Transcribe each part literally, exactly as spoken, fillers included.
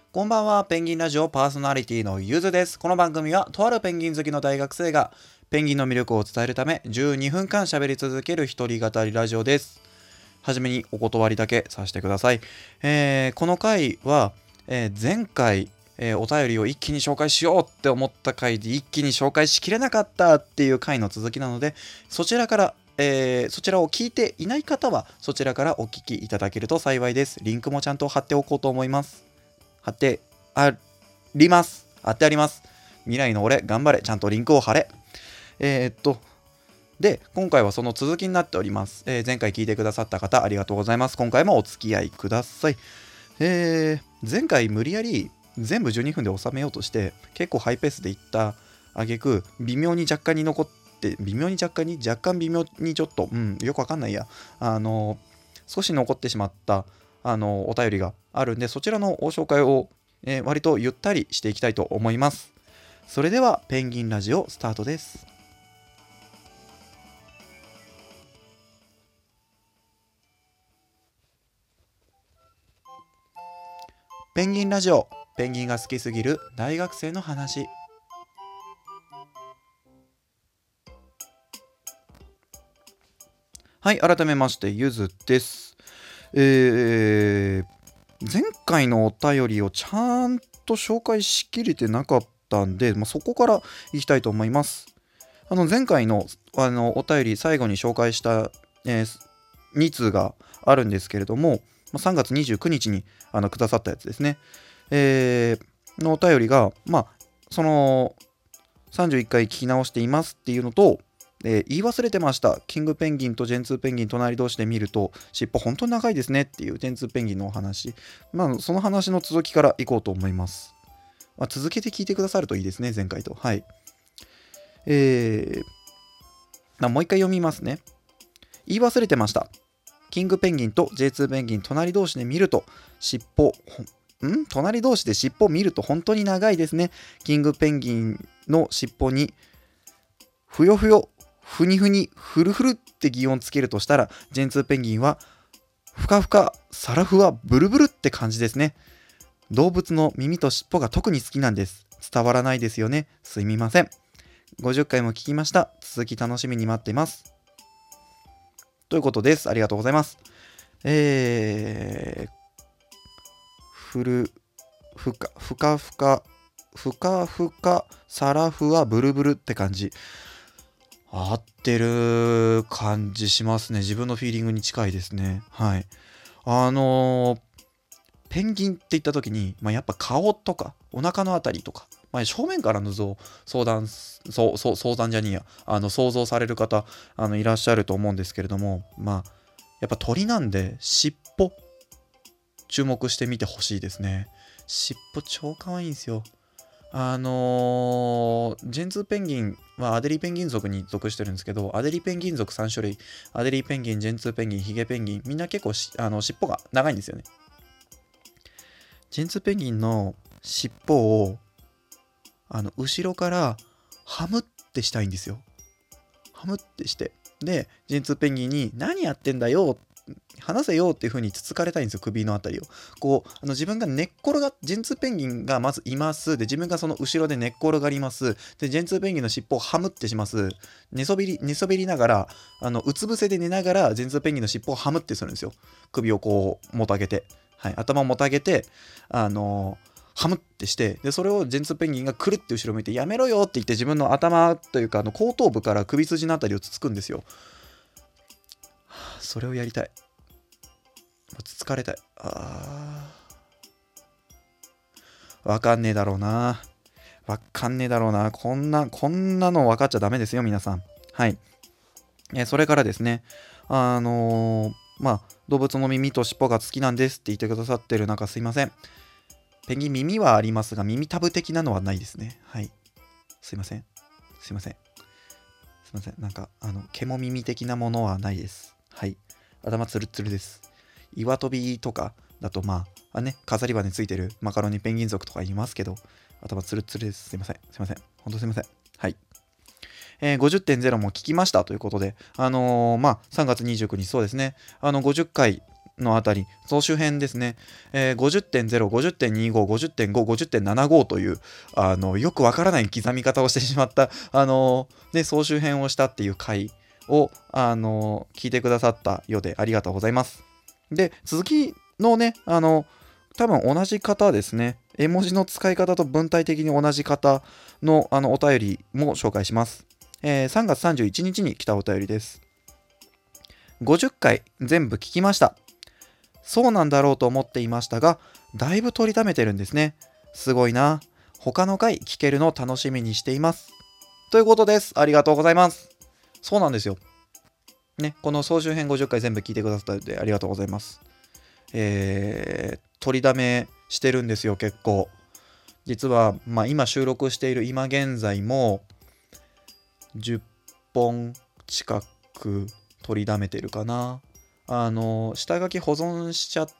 こんばんは。ペンギンラジオパーソナリティのゆずです。この番組はとあるペンギン好きの大学生がペンギンの魅力を伝えるためじゅうにふんかん喋り続ける一人語りラジオです。はじめにお断りだけさせてください。えー、この回は、えー、前回、えー、お便りを一気に紹介しようって思った回で一気に紹介しきれなかったっていう回の続きなので、そちらからえー、そちらを聞いていない方はそちらからお聞きいただけると幸いです。リンクもちゃんと貼っておこうと思います。貼ってあります。貼ってあります。未来の俺頑張れ。ちゃんとリンクを貼れ。えー、っとで今回はその続きになっております。えー、前回聞いてくださった方ありがとうございます。今回もお付き合いください。えー、前回無理やり全部じゅうにふんで収めようとして結構ハイペースでいった挙句微妙に若干に残って微妙に若干に若干微妙にちょっとうんよくわかんないやあの少し残ってしまったあのお便りがあるんで、そちらのご紹介を、えー、割とゆったりしていきたいと思います。それではペンギンラジオスタートです。ペンギンラジオ、ペンギンが好きすぎる大学生の話。はい、改めましてゆずです。えー前回のお便りをちゃんと紹介しきれてなかったんで、まあ、そこからいきたいと思います。あの前回の、あのお便り最後に紹介した、えー、に通があるんですけれども、さんがつにじゅうくにちにあのくださったやつですね。えー、のお便りが、まあ、そのさんじゅういっかい聞き直していますっていうのと、えー、言い忘れてました。キングペンギンとジェンツーペンギン隣同士で見ると尻尾本当に長いですねっていうジェンツーペンギンのお話。まあその話の続きからいこうと思います。まあ、続けて聞いてくださるといいですね、前回と。はい。えー、まあ、もう一回読みますね。言い忘れてました。キングペンギンと ジェイツー ペンギン隣同士で見ると尻尾ん隣同士で尻尾見ると本当に長いですね。キングペンギンの尻尾にふよふよふにふにふるふるって擬音つけるとしたら、ジェンツーペンギンはふかふかサラフワブルブルって感じですね。動物の耳と尻尾が特に好きなんです。伝わらないですよね。すみません。ごじゅっかいも聞きました。続き楽しみに待っています。ということです。ありがとうございます。えー、ふるふかふかふかふかふかサラフワブルブルって感じ。合ってる感じしますね。自分のフィーリングに近いですね。はい。あのー、ペンギンって言った時に、まあ、やっぱ顔とかお腹のあたりとか、まあ、正面からの像相談そうそう相談じゃねえやあの想像される方あのいらっしゃると思うんですけれども、まあやっぱ鳥なんで尻尾注目してみてほしいですね。尻尾超可愛いんですよ。あのー、ジェンツーペンギンはアデリーペンギン属に属してるんですけど、アデリーペンギン属さんしゅるい、アデリーペンギン、ジェンツーペンギン、ヒゲペンギン、みんな結構しあの尻尾が長いんですよね。ジェンツーペンギンの尻尾をあの後ろからハムってしたいんですよ。ハムってして、でジェンツーペンギンに何やってんだよ話せよっていう風につつかれたいんですよ、首のあたりを。こうあの自分が寝っ転がジェンツーペンギンがまずいます。で自分がその後ろで寝っ転がります。でジェンツーペンギンの尻尾をハムってします。寝そべり寝そべりながらあのうつ伏せで寝ながらジェンツーペンギンの尻尾をハムってするんですよ。首をこうもたげて、はい、頭をもたげてあのーハムってして、でそれをジェンツーペンギンがくるって後ろ向いてやめろよって言って自分の頭というかあの後頭部から首筋のあたりをつつくんですよ。それをやりたい。つつかれたい。あーわかんねえだろうな。わかんねえだろうな。こんなこんなの分かっちゃダメですよ皆さん。はい。えそれからですね、あのー、まあ動物の耳と尻尾が好きなんですって言ってくださってる中すいません。ペンギン耳はありますが耳タブ的なのはないですね。はい。すいません。すいません。すいません。なんかあの毛も耳的なものはないです。はい。頭ツルツルです。岩飛びとかだとまあ、あね、飾り羽ついてるマカロニペンギン族とかいますけど、頭ツルツルです。すいません。すいません。ほんとすいません。はい。えー、ごじゅってんゼロ も聞きましたということで、あのー、まあ、さんがつにじゅうくにち、そうですね、あのごじゅっかいのあたり、総集編ですね、えー、ごじゅってんゼロ、ごじゅってんにじゅうご、ごじゅってんご、ごじゅってんななじゅうごという、あの、よくわからない刻み方をしてしまった、あのー、ね、総集編をしたっていう回を、あのー、聞いてくださったようでありがとうございます。で、続きのね、あの、多分同じ方ですね、絵文字の使い方と文体的に同じ方の、あのお便りも紹介します。えー、さんがつさんじゅういちにちに来たお便りです。ごじゅっかい全部聞きました。そうなんだろうと思っていましたが、だいぶ取りためてるんですね。すごいな。他の回聞けるの楽しみにしています。ということです。ありがとうございます。そうなんですよ。ね、この総集編ごじゅっかい全部聞いてくださったのでありがとうございます。えー、取りだめしてるんですよ、結構。実は、まあ、今収録している今現在もじゅっぽん近く取りだめてるかな。あの下書き保存しちゃって、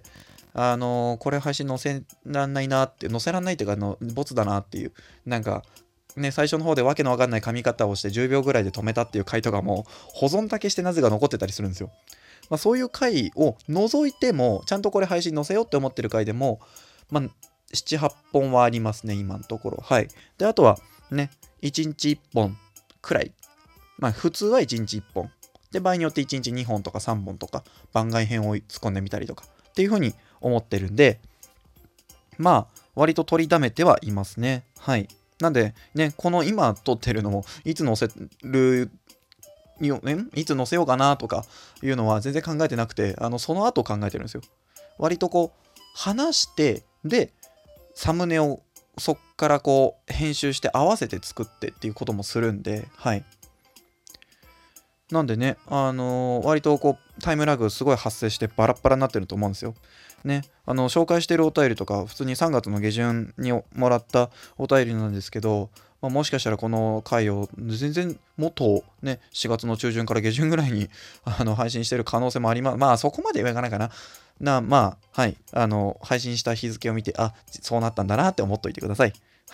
あのこれ配信載せらんないなって、載せらんないっていうか、あのボツだなっていう、なんかね、最初の方でわけのわかんない噛み方をしてじゅうびょうぐらいで止めたっていう回とかも保存だけしてなぜか残ってたりするんですよ。まあ、そういう回を除いても、ちゃんとこれ配信載せようって思ってる回でも、まあ、なな、はっぽんはありますね、今のところ。はい。で、あとはね、いちにちいっぽんくらい。まあ、普通はいちにちいっぽん。で、場合によっていちにちにほんとかさんぼんとか、番外編を突っ込んでみたりとか、っていう風に思ってるんで、まあ、割と取りだめてはいますね。はい。なんで、ね、この今撮ってるのも、いつ載せるよ、ね、いつ載せようかなとかいうのは全然考えてなくて、あの、その後考えてるんですよ。割とこう、話して、で、サムネをそっからこう、編集して合わせて作ってっていうこともするんで、はい。なんでね、あのー割とこう、タイムラグすごい発生してバラッバラになってると思うんですよ。ね、あの、紹介してるお便りとか、普通にさんがつの下旬にもらったお便りなんですけど、まあ、もしかしたらこの回を全然もっとね、しがつの中旬から下旬ぐらいにあの配信してる可能性もあります。まあ、そこまではいかないかな。な、まあ、はい、あの、配信した日付を見て、あ、そうなったんだなって思っといてください。はい。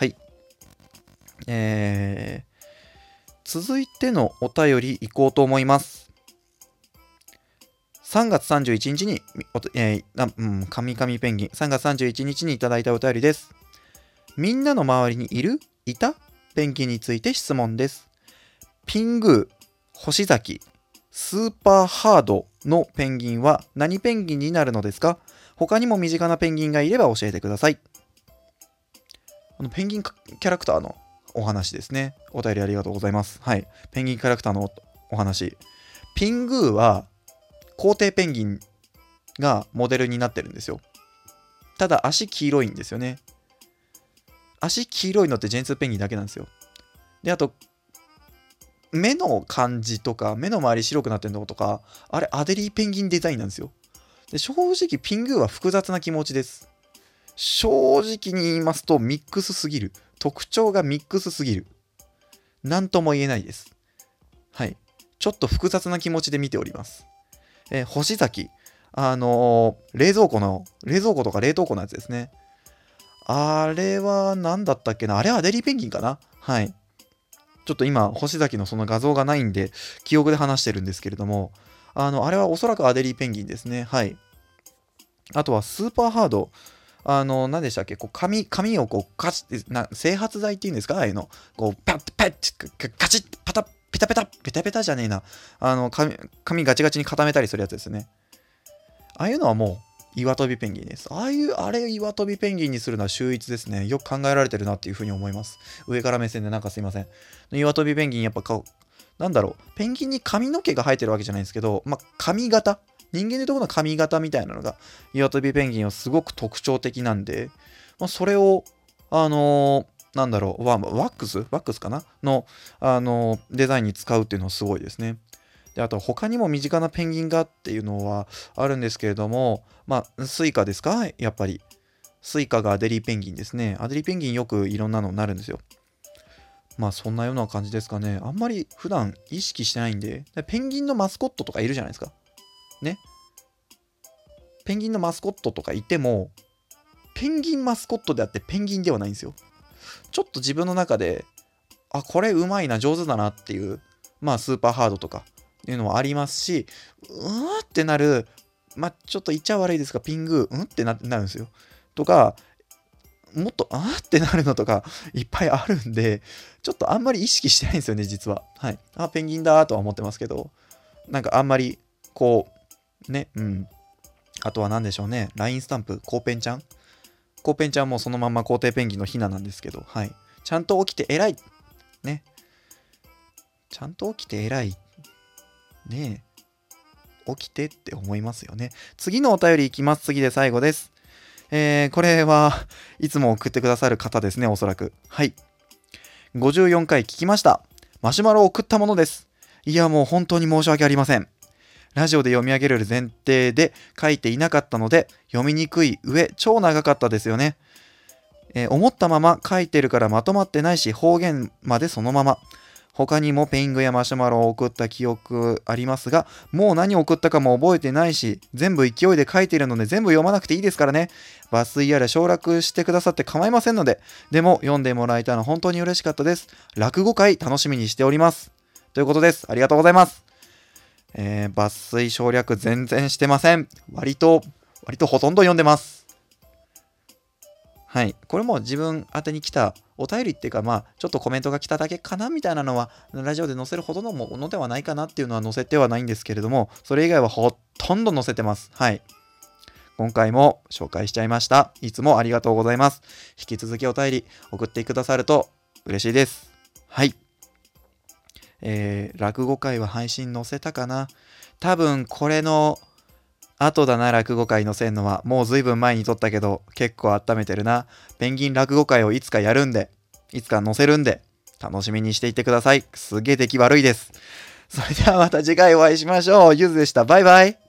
えー、続いてのお便り行こうと思います。さんがつさんじゅういちにちに、えー、うん、神々ペンギン、さんがつさんじゅういちにちにいただいたお便りです。みんなの周りにいるいたペンギンについて質問です。ピングー、星崎、スーパーハードのペンギンは何ペンギンになるのですか？他にも身近なペンギンがいれば教えてください。あのペンギンキャラクターのお話ですね。お便りありがとうございます。はい。ペンギンキャラクターのお話。ピングーは皇帝ペンギンがモデルになってるんですよ。ただ足黄色いんですよね。足黄色いのってジェンツーペンギンだけなんですよ。で、あと、目の感じとか、目の周り白くなってるのとか、あれアデリーペンギンデザインなんですよ。で、正直ピングーは複雑な気持ちです。正直に言いますとミックスすぎる。特徴がミックスすぎる。なんとも言えないです。はい。ちょっと複雑な気持ちで見ております。えー、星崎。あのー、冷蔵庫の、冷蔵庫とか冷凍庫のやつですね。あれは何だったっけな、あれはアデリーペンギンかな。はい。ちょっと今、星崎のその画像がないんで、記憶で話してるんですけれども、あの、あれはおそらくアデリーペンギンですね。はい。あとはスーパーハード。あの、何でしたっけ、こう紙、紙をこう、カチッ、な整髪剤っていうんですか、ああいうの。こう、パッ、パッ、カチッ、パタッ、ペタペタ、ペタペタじゃねえな。あの、紙、紙ガチガチに固めたりするやつですね。ああいうのはもう、岩飛びペンギンです。ああいう、あれ岩飛びペンギンにするのは秀逸ですね。よく考えられてるなっていうふうに思います。上から目線でなんかすいません。岩飛びペンギンやっぱ顔、なんだろう、ペンギンに髪の毛が生えてるわけじゃないんですけど、まあ、髪型、人間でいうところの髪型みたいなのが、岩飛びペンギンはすごく特徴的なんで、まあ、それを、あのー、なんだろう、ワワックスワックスかなの、あのー、デザインに使うっていうのはすごいですね。で、あと他にも身近なペンギンがっていうのはあるんですけれども、まあ、スイカですかやっぱり。スイカがアデリーペンギンですね。アデリーペンギンよくいろんなのになるんですよ。まあそんなような感じですかね。あんまり普段意識してないんで、ペンギンのマスコットとかいるじゃないですか。ね。ペンギンのマスコットとかいても、ペンギンマスコットであってペンギンではないんですよ。ちょっと自分の中で、あ、これうまいな、上手だなっていう、まあスーパーハードとかっていうのもありますし、うーってなるまあ、ちょっと言っちゃ悪いですが、ピング、うんってな、なるんですよ。とか、もっと、あーってなるのとか、いっぱいあるんで、ちょっとあんまり意識してないんですよね、実は。はい。あ、ペンギンだーとは思ってますけど、なんかあんまり、こう、ね、うん。あとは何でしょうね。ライン スタンプ、コーペンちゃんコーペンちゃんもそのまま皇帝ペンギンのヒナなんですけど、はい。ちゃんと起きて偉い。ね。ちゃんと起きて偉い。ねえ。起きてって思いますよね。次のお便りいきます。次で最後です。えー、これはいつも送ってくださる方ですね、おそらく。はい。ごじゅうよんかい聞きました。マシュマロを送ったものです。いや、もう本当に申し訳ありません。ラジオで読み上げる前提で書いていなかったので、読みにくい上、超長かったですよね。えー思ったまま書いてるからまとまってないし、方言までそのまま。他にもペイングやマシュマロを送った記憶ありますが、もう何を送ったかも覚えてないし、全部勢いで書いているので全部読まなくていいですからね。抜粋やら省略してくださって構いませんので、でも読んでもらえたの本当に嬉しかったです。落語会楽しみにしております。ということです。ありがとうございます。えー抜粋省略全然してません。割と、割とほとんど読んでます。はい。これも自分宛てに来たお便りっていうか、まあ、ちょっとコメントが来ただけかなみたいなのは、ラジオで載せるほどのものではないかなっていうのは載せてはないんですけれども、それ以外はほとんど載せてます。はい。今回も紹介しちゃいました。いつもありがとうございます。引き続きお便り送ってくださると嬉しいです。はい。えー、落語会は配信載せたかな。多分これの後だな、落語会載せんのは。もうずいぶん前に撮ったけど、結構温めてるな。ペンギン落語会をいつかやるんで、いつか載せるんで、楽しみにしていてください。すげえ出来悪いです。それではまた次回お会いしましょう。ゆずでした。バイバイ。